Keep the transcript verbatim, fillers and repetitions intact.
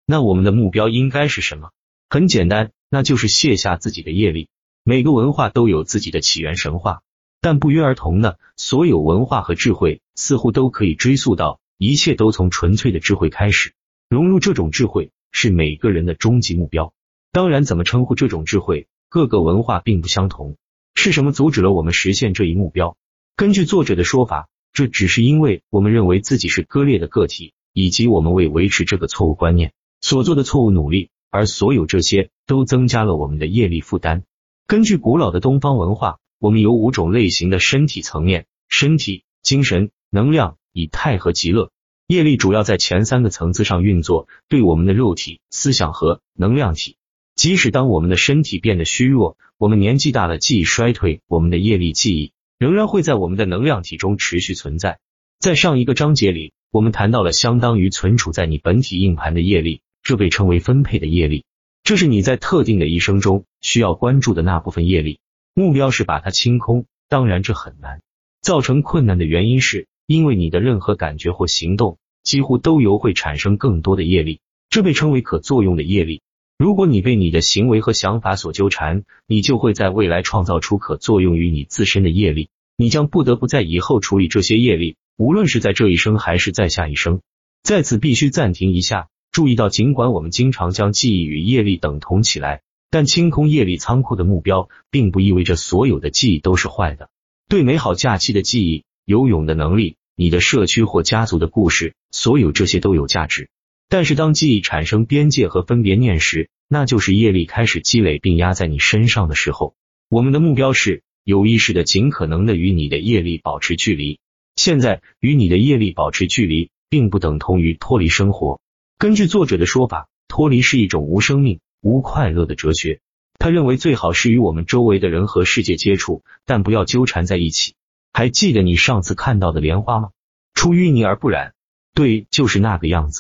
那我们的目标应该是什么？很简单，那就是卸下自己的业力。每个文化都有自己的起源神话，但不约而同的，所有文化和智慧似乎都可以追溯到一切都从纯粹的智慧开始。融入这种智慧是每个人的终极目标。当然，怎么称呼这种智慧，各个文化并不相同。是什么阻止了我们实现这一目标？根据作者的说法，这只是因为我们认为自己是割裂的个体，以及我们为维持这个错误观念所做的错误努力，而所有这些都增加了我们的业力负担。根据古老的东方文化，我们有五种类型的身体层面：身体、精神、能量、以太和极乐。业力主要在前三个层次上运作，对我们的肉体、思想和能量体。即使当我们的身体变得虚弱，我们年纪大了，记忆衰退，我们的业力记忆仍然会在我们的能量体中持续存在。在上一个章节里，我们谈到了相当于存储在你本体硬盘的业力，这被称为分配的业力。这是你在特定的一生中需要关注的那部分业力，目标是把它清空。当然这很难，造成困难的原因是因为你的任何感觉或行动几乎都由会产生更多的业力，这被称为可作用的业力。如果你被你的行为和想法所纠缠，你就会在未来创造出可作用于你自身的业力，你将不得不在以后处理这些业力，无论是在这一生还是在下一生。在此必须暂停一下，注意到尽管我们经常将记忆与业力等同起来，但清空业力仓库的目标并不意味着所有的记忆都是坏的。对美好假期的记忆、游泳的能力、你的社区或家族的故事，所有这些都有价值。但是当记忆产生边界和分别念时，那就是业力开始积累并压在你身上的时候。我们的目标是有意识的尽可能的与你的业力保持距离。现在与你的业力保持距离并不等同于脱离生活。根据作者的说法，脱离是一种无生命、无快乐的哲学。他认为最好是与我们周围的人和世界接触，但不要纠缠在一起。还记得你上次看到的莲花吗？出淤泥而不染。对，就是那个样子。